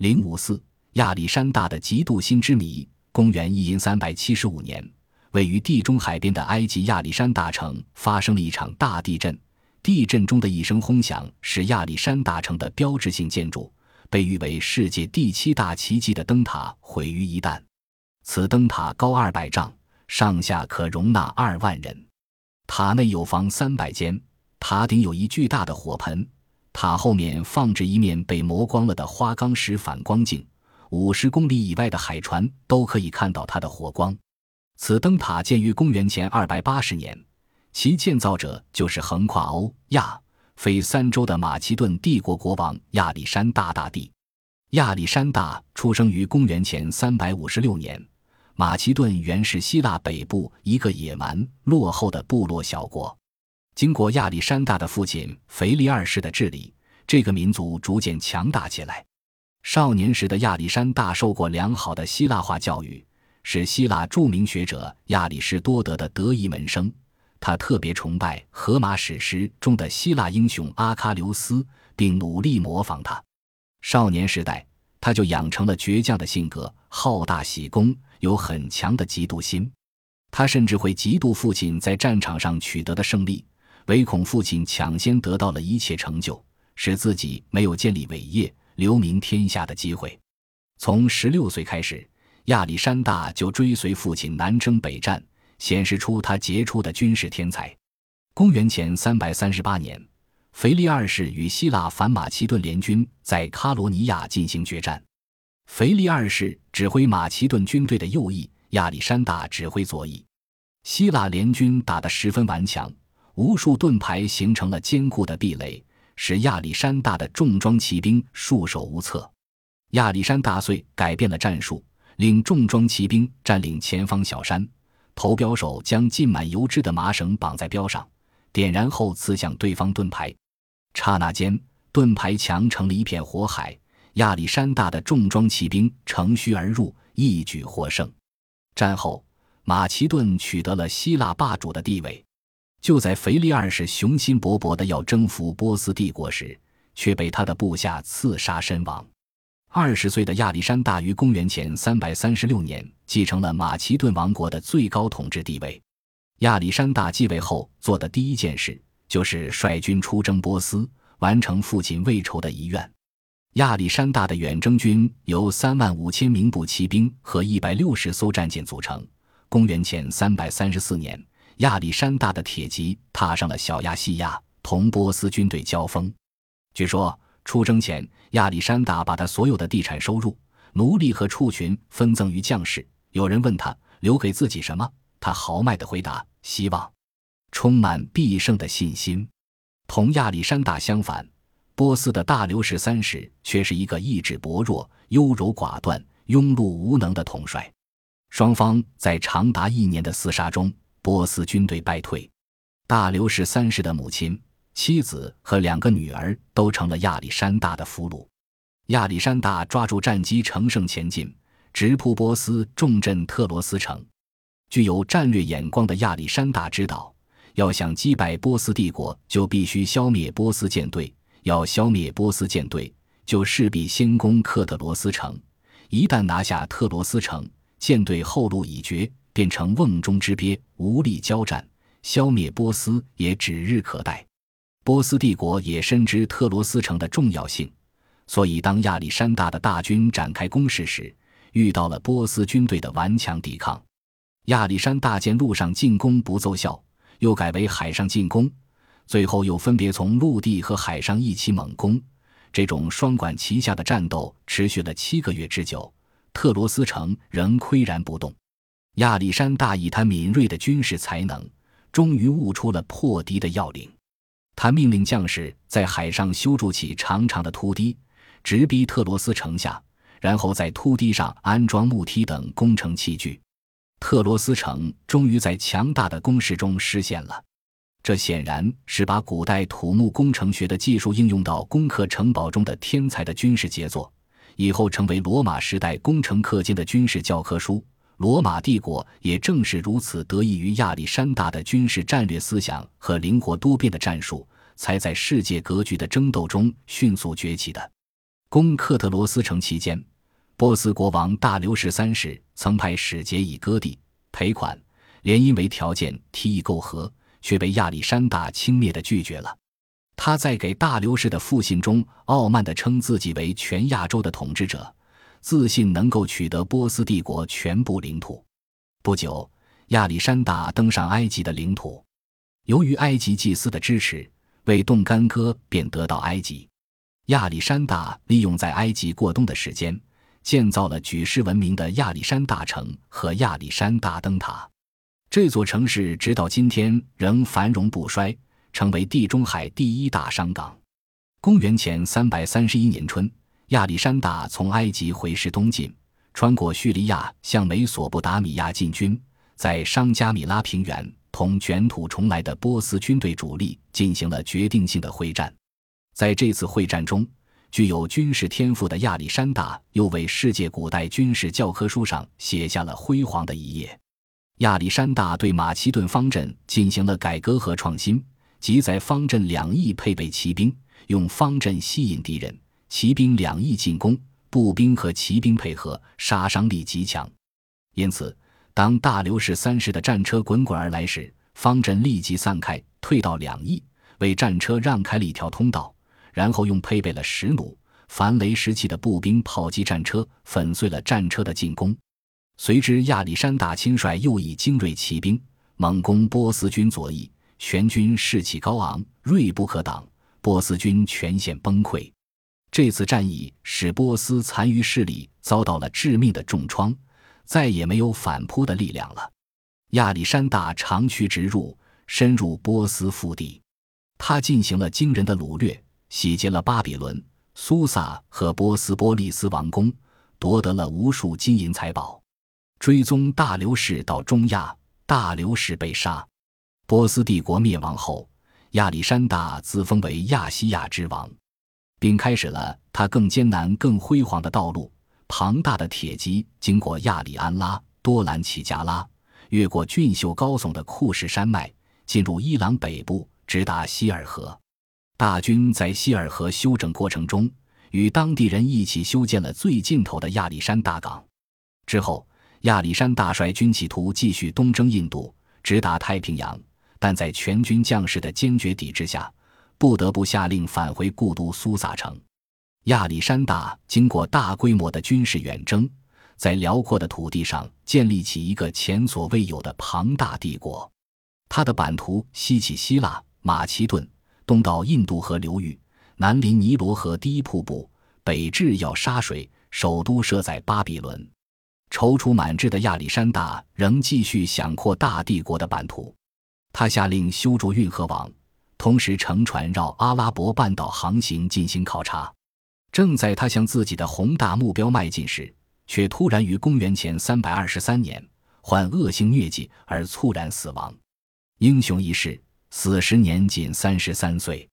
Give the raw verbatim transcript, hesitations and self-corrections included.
零五四亚历山大的嫉妒心之谜。公元一三七五年，位于地中海边的埃及亚历山大城发生了一场大地震，地震中的一声轰响使亚历山大城的标志性建筑，被誉为世界第七大奇迹的灯塔毁于一旦。此灯塔高二百丈，上下可容纳二万人，塔内有房三百间，塔顶有一巨大的火盆，塔后面放置一面被磨光了的花岗石反光镜，五十公里以外的海船都可以看到它的火光。此灯塔建于公元前二百八十年，其建造者就是横跨欧亚非三洲的马其顿帝国国王亚历山大大帝。亚历山大出生于公元前三百五十六年，马其顿原是希腊北部一个野蛮落后的部落小国。经过亚历山大的父亲腓力二世的治理，这个民族逐渐强大起来。少年时的亚历山大受过良好的希腊化教育，是希腊著名学者亚里士多德的得意门生。他特别崇拜荷马史诗中的希腊英雄阿喀琉斯，并努力模仿他。少年时代，他就养成了倔强的性格，好大喜功，有很强的嫉妒心。他甚至会嫉妒父亲在战场上取得的胜利，唯恐父亲抢先得到了一切成就，使自己没有建立伟业留名天下的机会。从十六岁开始，亚历山大就追随父亲南征北战，显示出他杰出的军事天才。公元前三百三十八年，腓力二世与希腊反马其顿联军在卡罗尼亚进行决战。腓力二世指挥马其顿军队的右翼，亚历山大指挥左翼。希腊联军打得十分顽强，无数盾牌形成了坚固的壁垒，使亚历山大的重装骑兵束手无策。亚历山大遂改变了战术，令重装骑兵占领前方小山，投镖手将浸满油脂的麻绳绑在镖上，点燃后刺向对方盾牌。刹那间，盾牌墙成了一片火海，亚历山大的重装骑兵乘虚而入，一举获胜。战后，马其顿取得了希腊霸主的地位。就在腓力二世雄心勃勃地要征服波斯帝国时，却被他的部下刺杀身亡。二十岁的亚历山大于公元前三百三十六年继承了马其顿王国的最高统治地位。亚历山大继位后做的第一件事，就是率军出征波斯，完成父亲未酬的遗愿。亚历山大的远征军由三万五千名步骑兵和一百六十艘战舰组成。公元前三百三十四年，亚历山大的铁骑踏上了小亚细亚，同波斯军队交锋。据说出征前，亚历山大把他所有的地产收入、奴隶和畜群分赠于将士。有人问他留给自己什么，他豪迈地回答：希望，充满必胜的信心。同亚历山大相反，波斯的大流士三世却是一个意志薄弱、优柔寡断、庸碌无能的统帅。双方在长达一年的厮杀中，波斯军队败退。大流士三世的母亲、妻子和两个女儿都成了亚历山大的俘虏。亚历山大抓住战机乘胜前进，直扑波斯，重镇特罗斯城。具有战略眼光的亚历山大知道，要想击败波斯帝国，就必须消灭波斯舰队，要消灭波斯舰队，就势必先攻克特罗斯城。一旦拿下特罗斯城，舰队后路已绝，变成瓮中之鳖，无力交战，消灭波斯也指日可待。波斯帝国也深知特罗斯城的重要性，所以当亚历山大的大军展开攻势时，遇到了波斯军队的顽强抵抗。亚历山大见陆上进攻不奏效，又改为海上进攻，最后又分别从陆地和海上一起猛攻。这种双管齐下的战斗持续了七个月之久，特罗斯城仍岿然不动。亚历山大以他敏锐的军事才能，终于悟出了破敌的要领。他命令将士在海上修筑起长长的凸堤，直逼特罗斯城下，然后在凸堤上安装木梯等工程器具。特罗斯城终于在强大的攻势中实现了。这显然是把古代土木工程学的技术应用到攻克城堡中的天才的军事杰作，以后成为罗马时代工程课间的军事教科书。罗马帝国也正是如此得益于亚历山大的军事战略思想和灵活多变的战术，才在世界格局的争斗中迅速崛起的。 攻克特罗斯城期间，波斯国王大流士三世曾派使节以割地、赔款、联姻为条件提议媾和，却被亚历山大轻蔑地拒绝了。他在给大流士的复信中傲慢地称自己为全亚洲的统治者，自信能够取得波斯帝国全部领土。不久，亚历山大登上埃及的领土，由于埃及祭司的支持，为动干戈便得到埃及。亚历山大利用在埃及过冬的时间，建造了举世闻名的亚历山大城和亚历山大灯塔。这座城市直到今天仍繁荣不衰，成为地中海第一大商港。公元前三百三十一年春，亚历山大从埃及回师东进，穿过叙利亚向美索不达米亚进军，在商加米拉平原同卷土重来的波斯军队主力进行了决定性的会战。在这次会战中，具有军事天赋的亚历山大又为世界古代军事教科书上写下了辉煌的一页。亚历山大对马其顿方阵进行了改革和创新，即在方阵两翼配备骑兵，用方阵吸引敌人，骑兵两翼进攻，步兵和骑兵配合，杀伤力极强。因此，当大流士三世的战车滚滚而来时，方阵立即散开，退到两翼，为战车让开了一条通道，然后用配备了石弩、凡雷石器的步兵炮击战车，粉碎了战车的进攻。随之亚历山大亲率右翼精锐骑兵猛攻波斯军左翼，全军士气高昂，锐不可挡，波斯军全线崩溃。这次战役使波斯残余势力遭到了致命的重创，再也没有反扑的力量了。亚历山大长驱直入，深入波斯腹地，他进行了惊人的掳掠，洗劫了巴比伦、苏萨和波斯波利斯王宫，夺得了无数金银财宝。追踪大流士到中亚，大流士被杀。波斯帝国灭亡后，亚历山大自封为亚细亚之王，并开始了他更艰难更辉煌的道路。庞大的铁骑经过亚里安拉、多兰乞加拉，越过俊秀高耸的库什山脉，进入伊朗北部，直达希尔河。大军在希尔河休整过程中，与当地人一起修建了最尽头的亚历山大港。之后，亚历山大率军企图继续东征印度，直达太平洋，但在全军将士的坚决抵制下，不得不下令返回故都苏萨城。亚历山大经过大规模的军事远征，在辽阔的土地上建立起一个前所未有的庞大帝国。他的版图西起希腊、马其顿，东到印度河流域，南临尼罗河第一瀑布，北至要沙水，首都设在巴比伦。踌躇满志的亚历山大仍继续想扩大帝国的版图，他下令修筑运河网，同时乘船绕阿拉伯半岛航行进行考察。正在他向自己的宏大目标迈进时，却突然于公元前三百二十三年患恶性疟疾而猝然死亡。英雄一世，死时年仅三十三岁。